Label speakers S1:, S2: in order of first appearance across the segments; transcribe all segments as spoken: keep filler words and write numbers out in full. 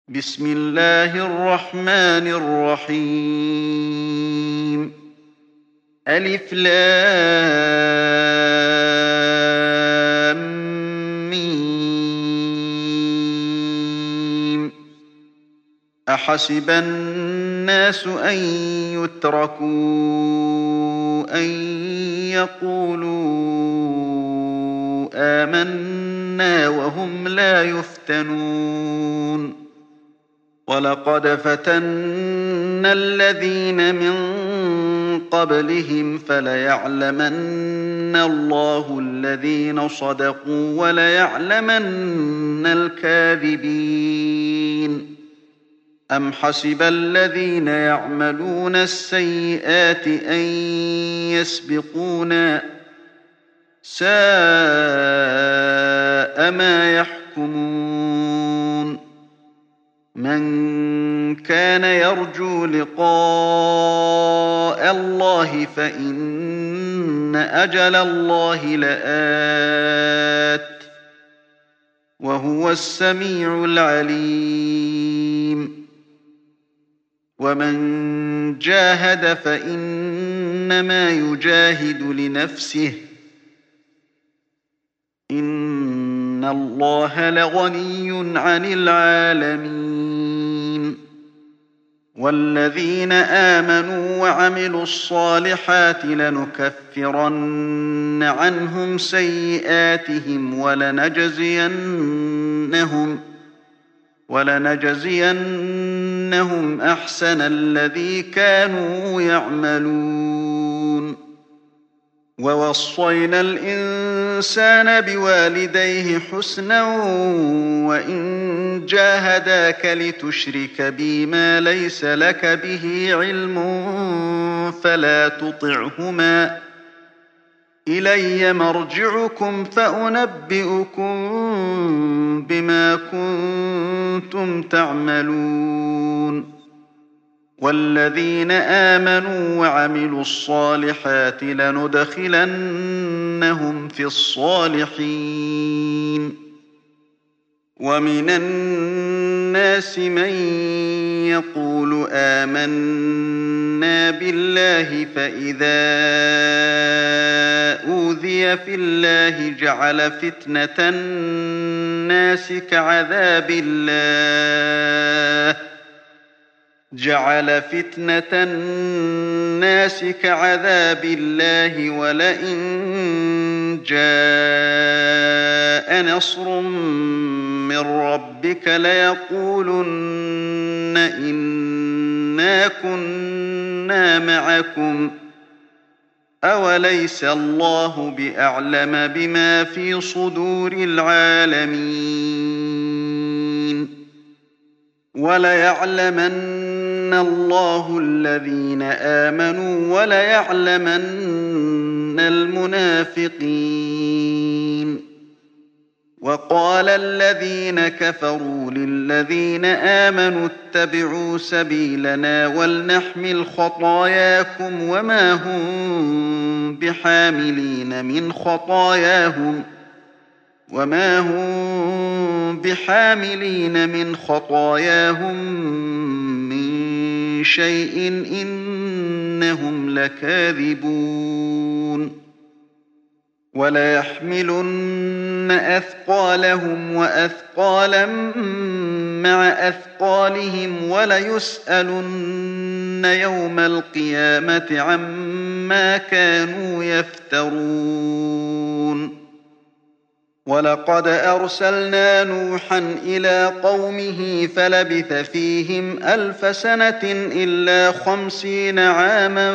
S1: بسم الله الرحمن الرحيم. ألف لام ميم. أحسب الناس أن يتركوا أن يقولوا آمنا وهم لا يفتنون. ولقد فتنا الذين من قبلهم فليعلمن الله الذين صدقوا وليعلمن الكاذبين. أم حسب الذين يعملون السيئات أن يسبقونا ساء ما يحكمون. من كان يرجو لقاء الله فإن أجل الله لآت وهو السميع العليم. ومن جاهد فإنما يجاهد لنفسه إن الله لغني عن العالمين. والذين آمنوا وعملوا الصالحات لنكفرن عنهم سيئاتهم ولنجزينهم ولنجزينهم أحسن الذي كانوا يعملون. ووصينا الإنسان بوالديه حسنا وإن جاهداك لتشرك بي ما ليس لك به علم فلا تطعهما إلي مرجعكم فأنبئكم بما كنتم تعملون. والذين آمنوا وعملوا الصالحات لندخلنهم في الصالحين. ومن الناس من يقول آمنا بالله فإذا أوذي في الله جعل فتنة الناس كعذاب الله جعل فتنة الناس كعذاب الله ولئن جاء نصر من ربك ليقولن إنا كنا معكم أوليس الله بأعلم بما في صدور العالمين. وليعلمن الله الذين آمنوا وليعلمن المنافقين. وقال الذين كفروا للذين آمنوا اتبعوا سبيلنا ولنحمل خطاياكم وما هم بحاملين من خطاياهم وما هم بحاملين من خطاياهم من شيء إنهم لكاذبون. وليحملن أثقالهم وأثقالا مع أثقالهم وليسألن يوم القيامة عما كانوا يفترون. ولقد أرسلنا نوحا إلى قومه فلبث فيهم ألف سنة إلا خمسين عاما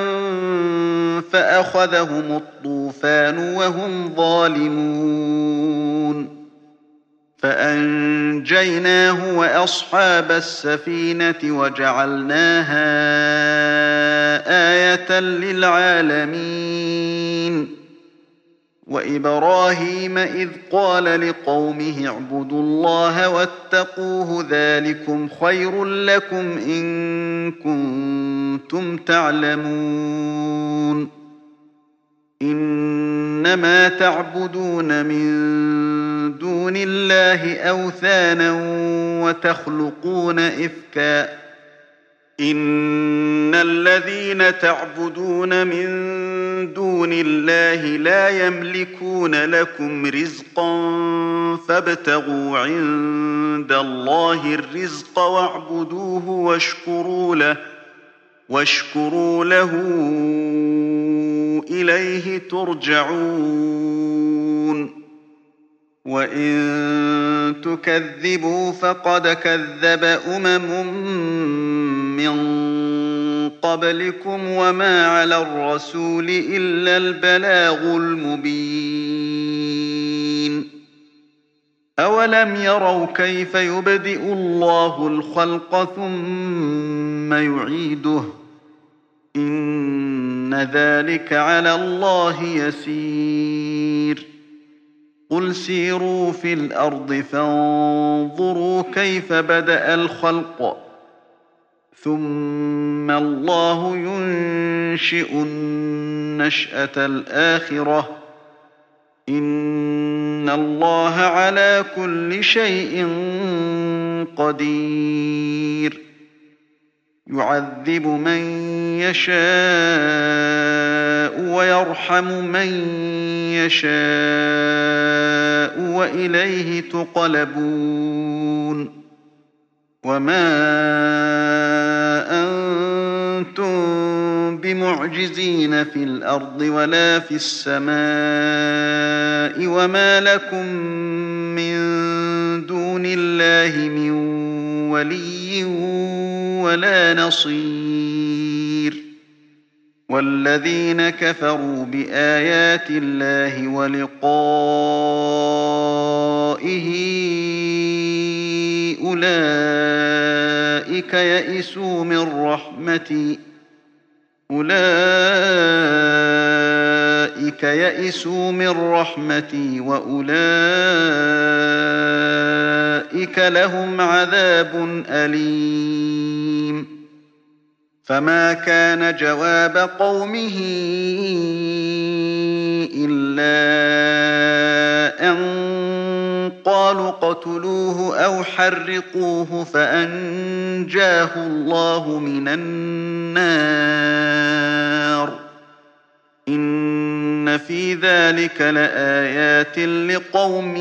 S1: فأخذهم الطوفان وهم ظالمون. فأنجيناه وأصحاب السفينة وجعلناها آية للعالمين. وإبراهيم إذ قال لقومه اعبدوا الله واتقوه ذلكم خير لكم إن كنتم تعلمون. إنما تعبدون من دون الله أوثانا وتخلقون إفكا إن الذين تعبدون من دون الله لا يملكون لكم رزقا فابتغوا عند الله الرزق واعبدوه واشكروا له واشكروا له إليه ترجعون وإن تكذبوا فقد كذب أمم من قبلكم وما على الرسول إلا البلاغ المبين أولم يروا كيف يبدئ الله الخلق ثم يعيده إن ذلك على الله يسير قل سيروا في الأرض فانظروا كيف بدأ الخلق ثم الله ينشئ النشأة الآخرة إن الله على كل شيء قدير يعذب من يشاء ويرحم من يشاء وإليه تقلبون وما أنتم بمعجزين في الأرض ولا في السماء وما لكم من دون الله من ولي ولا نصير والذين كفروا بآيات الله ولقائه أولئك يئسوا من رحمتي أولئك يئسوا من رحمتي وأولئك لهم عذاب أليم فما كان جواب قومه إلا أن قالوا اقتلوه أو حرقوه فأنجاه الله من النار إن في ذلك لآيات لقوم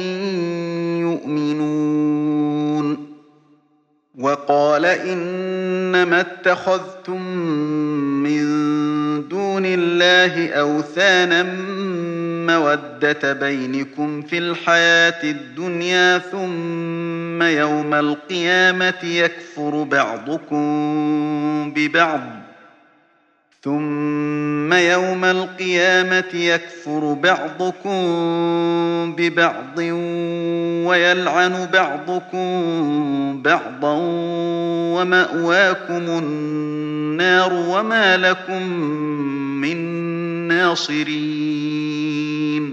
S1: يؤمنون وقال إنما اتخذتم من دون الله أوثانا مودة بينكم في الحياة الدنيا ثم يوم القيامة يكفر بعضكم ببعض ثم يوم القيامة يكفر بعضكم ببعض ويلعن بعضكم بعضا ومأواكم النار وما لكم من ناصرين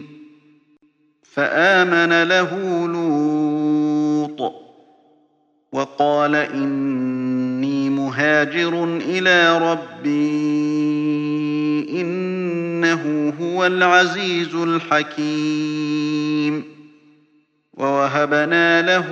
S1: فآمن له لوط وقال إني مهاجر إلى ربي إنه هو العزيز الحكيم ووهبنا له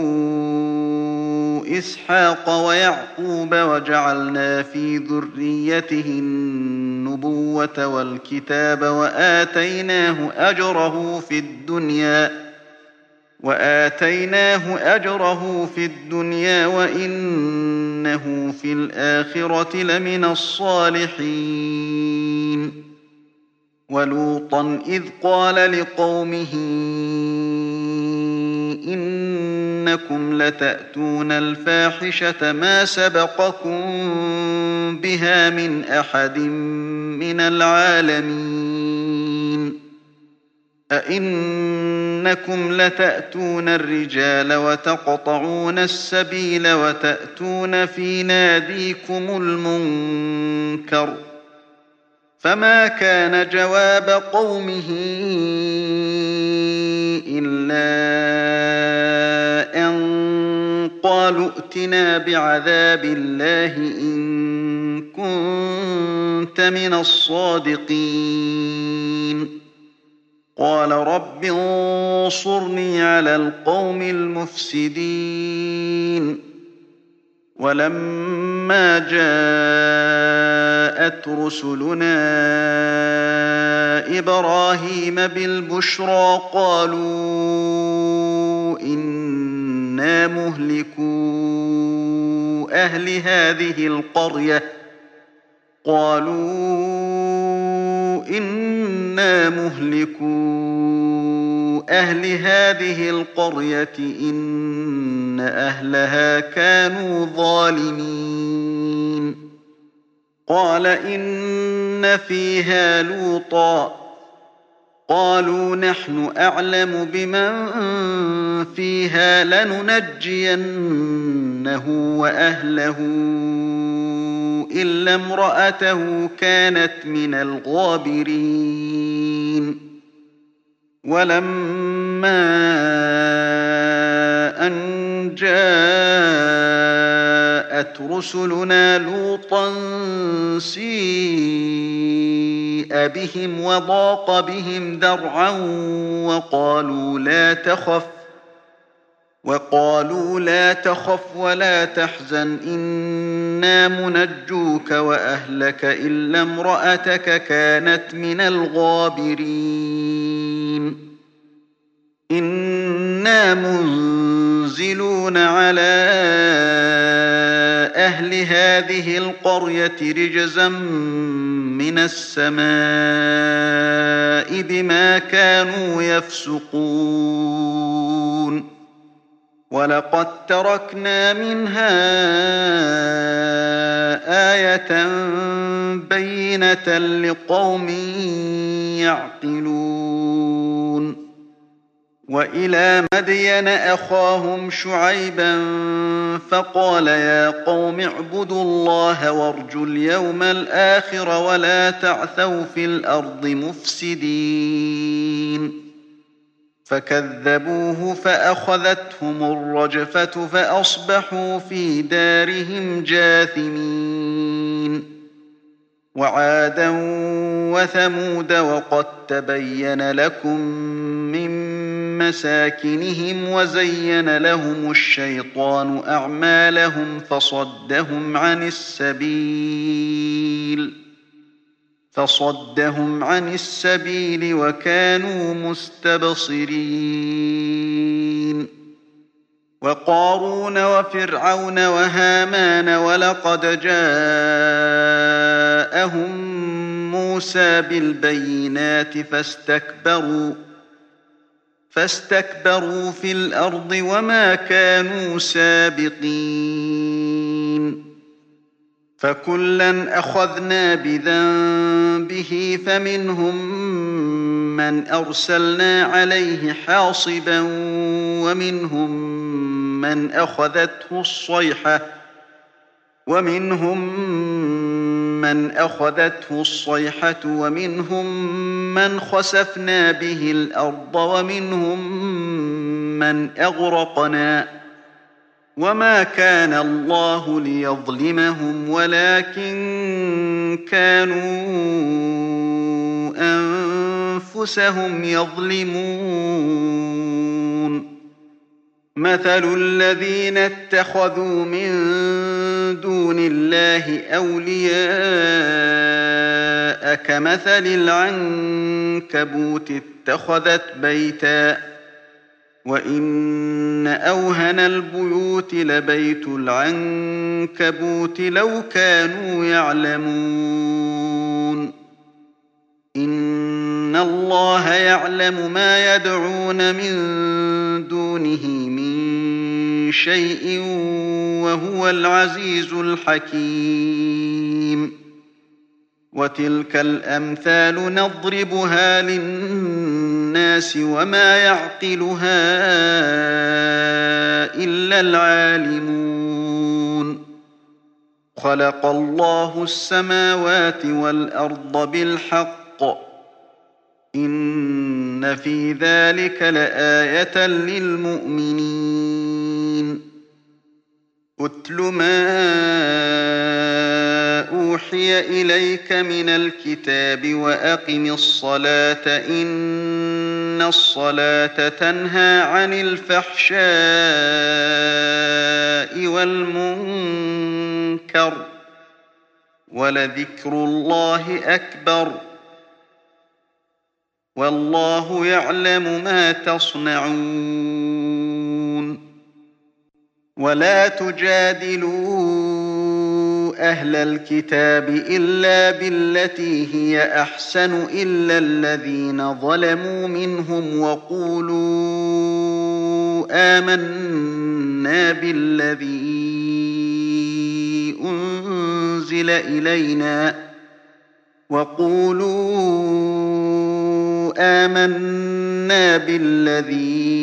S1: إسحاق ويعقوب وجعلنا في ذريته النبوة والكتاب وآتيناه أجره في الدنيا وآتيناه أجره في الدنيا وإنه في الآخرة لمن الصالحين ولوطا إذ قال لقومه إنكم لتأتون الفاحشة ما سبقكم بها من أحد من العالمين أئنكم لتأتون الرجال وتقطعون السبيل وتأتون في ناديكم المنكر فما كان جواب قومه إلا أن قالوا ائتنا بعذاب الله إن كنت من الصادقين قال رب انصرني على القوم المفسدين ولما جاءت رسلنا إبراهيم بالبشرى قالوا إنا مهلكو أهل هذه القرية قالوا إنا مهلكو أهل هذه القرية إن أهلها كانوا ظالمين قال إن فيها لوطا قالوا نحن أعلم بمن فيها لننجينه وأهله إلا امرأته كانت من الغابرين ولما أن جاءت رسلنا لوطا سيء بهم وضاق بهم ذرعا وقالوا لا تخف وقالوا لا تخف ولا تحزن إنا منجوك وأهلك إلا امرأتك كانت من الغابرين إنا منزلون على أهل هذه القرية رجزا من السماء بما كانوا يفسقون ولقد تركنا منها آية بينة لقوم يعقلون وإلى مدين أخاهم شعيبا فقال يا قوم اعبدوا الله وارجوا اليوم الآخر ولا تعثوا في الأرض مفسدين فكذبوه فأخذتهم الرجفة فأصبحوا في دارهم جاثمين وعادا وثمود وقد تبين لكم من مساكنهم وزين لهم الشيطان أعمالهم فصدهم عن السبيل فصدهم عن السبيل وكانوا مستبصرين وقارون وفرعون وهامان ولقد جاءهم موسى بالبينات فاستكبروا فاستكبروا في الأرض وما كانوا سابقين فكلا أخذنا بذنبه فمنهم من أرسلنا عليه حاصبا ومنهم من أخذته الصيحة ومنهم من أخذته الصيحة ومنهم من خسفنا به الأرض ومنهم من أغرقنا وما كان الله ليظلمهم ولكن كانوا أنفسهم يظلمون مثل الذين اتخذوا من دون الله أولياء كمثل العنكبوت اتخذت بيتا وإن أوهن البيوت لبيت العنكبوت لو كانوا يعلمون إن الله يعلم ما يدعون من دونه من شيء وهو العزيز الحكيم وتلك الأمثال نضربها للناس وما يعقلها إلا العالمون خلق الله السماوات والأرض بالحق إن في ذلك لآية للمؤمنين أتل ما أوحي إليك من الكتاب وأقم الصلاة إن الصلاة تنهى عن الفحشاء والمنكر ولذكر الله أكبر والله يعلم ما تصنعون ولا تجادلوا أهل الكتاب إلا بالتي هي أحسن إلا الذين ظلموا منهم وقولوا آمنا بالذي أنزل إلينا وقولوا آمنا بالذي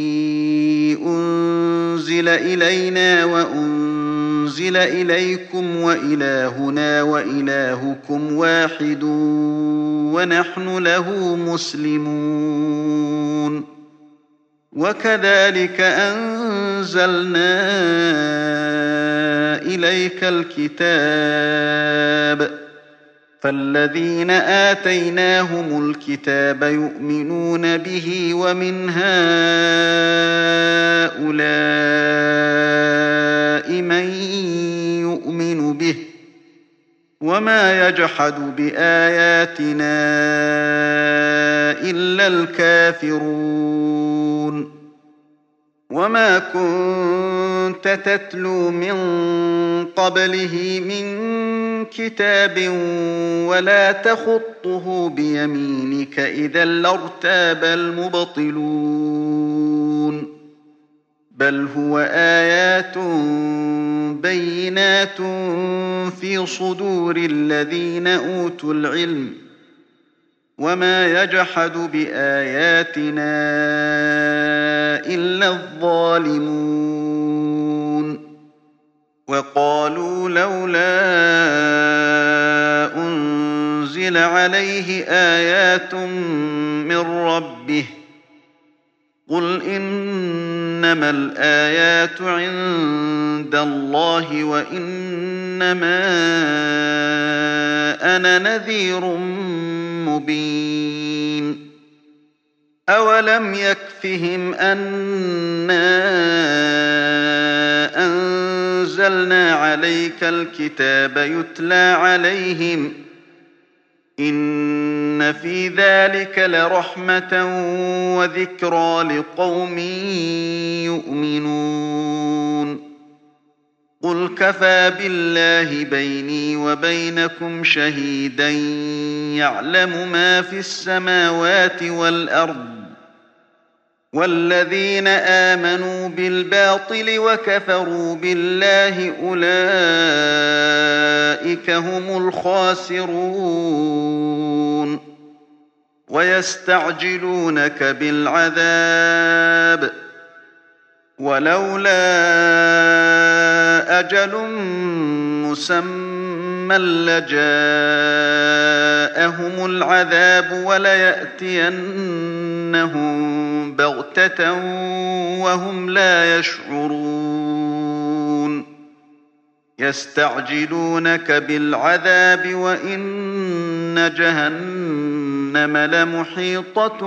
S1: أنزل إلينا وأنزل إليكم وإلهنا وإلهكم واحد ونحن له مسلمون وكذلك أنزلنا إليك الكتاب فالذين آتيناهم الكتاب يؤمنون به ومن هؤلاء من يؤمن به وما يجحد بآياتنا إلا الكافرون وما كنت تتلو من قبله من كتاب ولا تخطه بيمينك إذا لارتاب المبطلون بل هو آيات بينات في صدور الذين أوتوا العلم وما يجحد بآياتنا إلا الظالمون وقالوا لولا أنزل عليه آيات من ربه قل إنما الآيات عند الله وإنما أنا نذير مبين أولم يكفهم أنا أنزلنا عليك الكتاب يتلى عليهم إن في ذلك لرحمة وذكرى لقوم يؤمنون قل كفى بالله بيني وبينكم شهيدا يعلم ما في السماوات والأرض والذين آمنوا بالباطل وكفروا بالله أولئك هم الخاسرون ويستعجلونك بالعذاب ولولا أجل مسمى لجاءهم العذاب وليأتينهم بغتة وهم لا يشعرون يستعجلونك بالعذاب وإن جهنم لمحيطة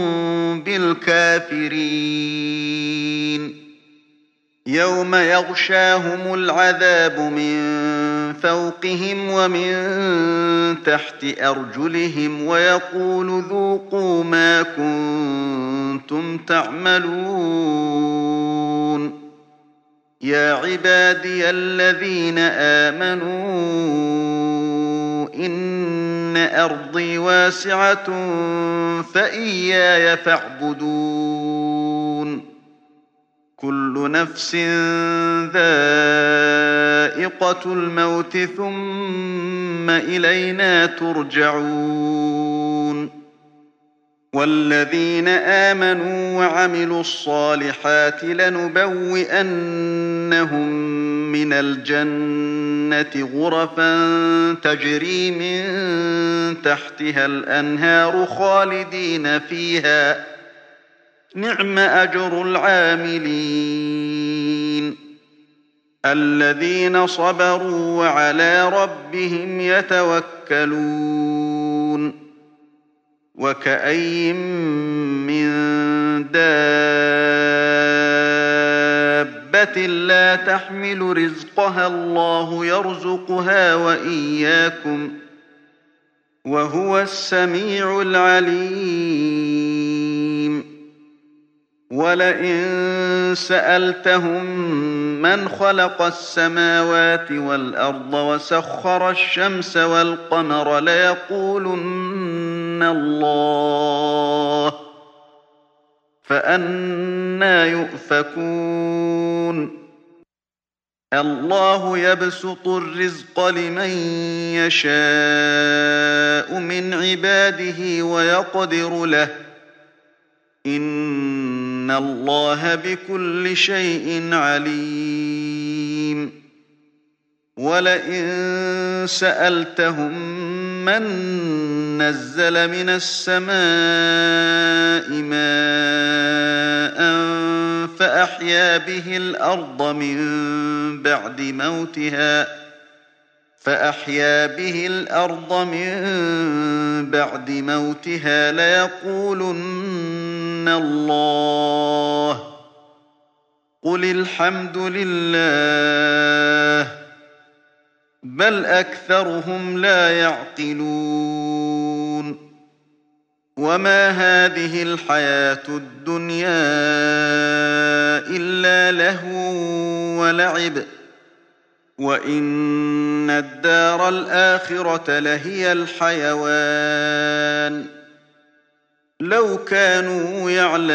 S1: بالكافرين يوم يغشاهم العذاب من فوقهم ومن تحت أرجلهم ويقول ذوقوا ما كنتم تعملون يا عبادي الذين آمنوا إن أرضي واسعة فإياي فاعبدون كل نفس ذائقة الموت ثم إلينا ترجعون والذين آمنوا وعملوا الصالحات لنبوئنهم من الجنة غرفا تجري من تحتها الأنهار خالدين فيها نعم أجر العاملين الذين صبروا وعلى ربهم يتوكلون وكأي من دابة لا تحمل رزقها الله يرزقها وإياكم وهو السميع العليم ولئن سألتهم من خلق السماوات والأرض وسخر الشمس والقمر ليقولن الله فأنى يؤفكون الله يبسط الرزق لمن يشاء من عباده ويقدر له إن الله بكل شيء عليم ولئن سألتهم من نزل من السماء ماء فأحيا به الأرض من بعد موتها فأحيا به الأرض من بعد موتها ليقولن الله قل الحمد لله بل أكثرهم لا يعقلون وما هذه الحياة الدنيا إلا لهو ولعب وإن الدار الآخرة لهي الحيوان لو كانوا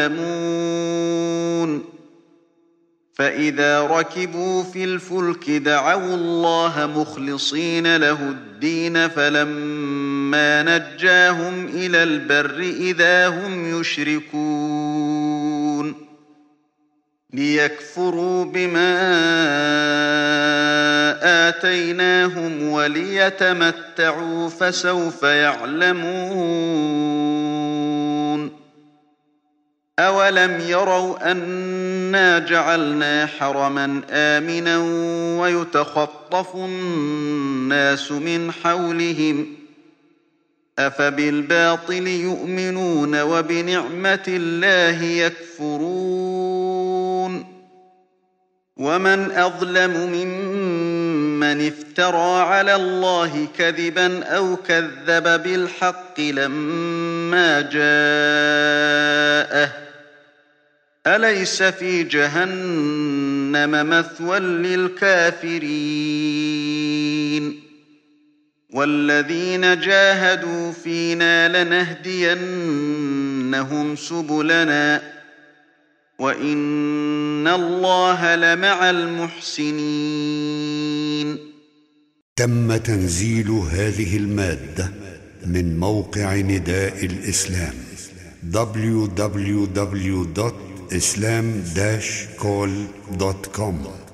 S1: يعلمون فإذا ركبوا في الفلك دعوا الله مخلصين له الدين فلما نجاهم إلى البر إذا هم يشركون ليكفروا بما آتيناهم وليتمتعوا فسوف يعلمون أولم يروا أنا جعلنا حرما آمنا ويتخطف الناس من حولهم أفبالباطل يؤمنون وبنعمة الله يكفرون ومن أظلم ممن افترى على الله كذبا أو كذب بالحق لما جاءه أليس في جهنم مثوى للكافرين والذين جاهدوا فينا لنهدينهم سبلنا وإن الله لمع المحسنين.
S2: تم تنزيل هذه المادة من موقع نداء الإسلام دبليو دبليو دبليو دوت إسلام داش كول دوت كوم.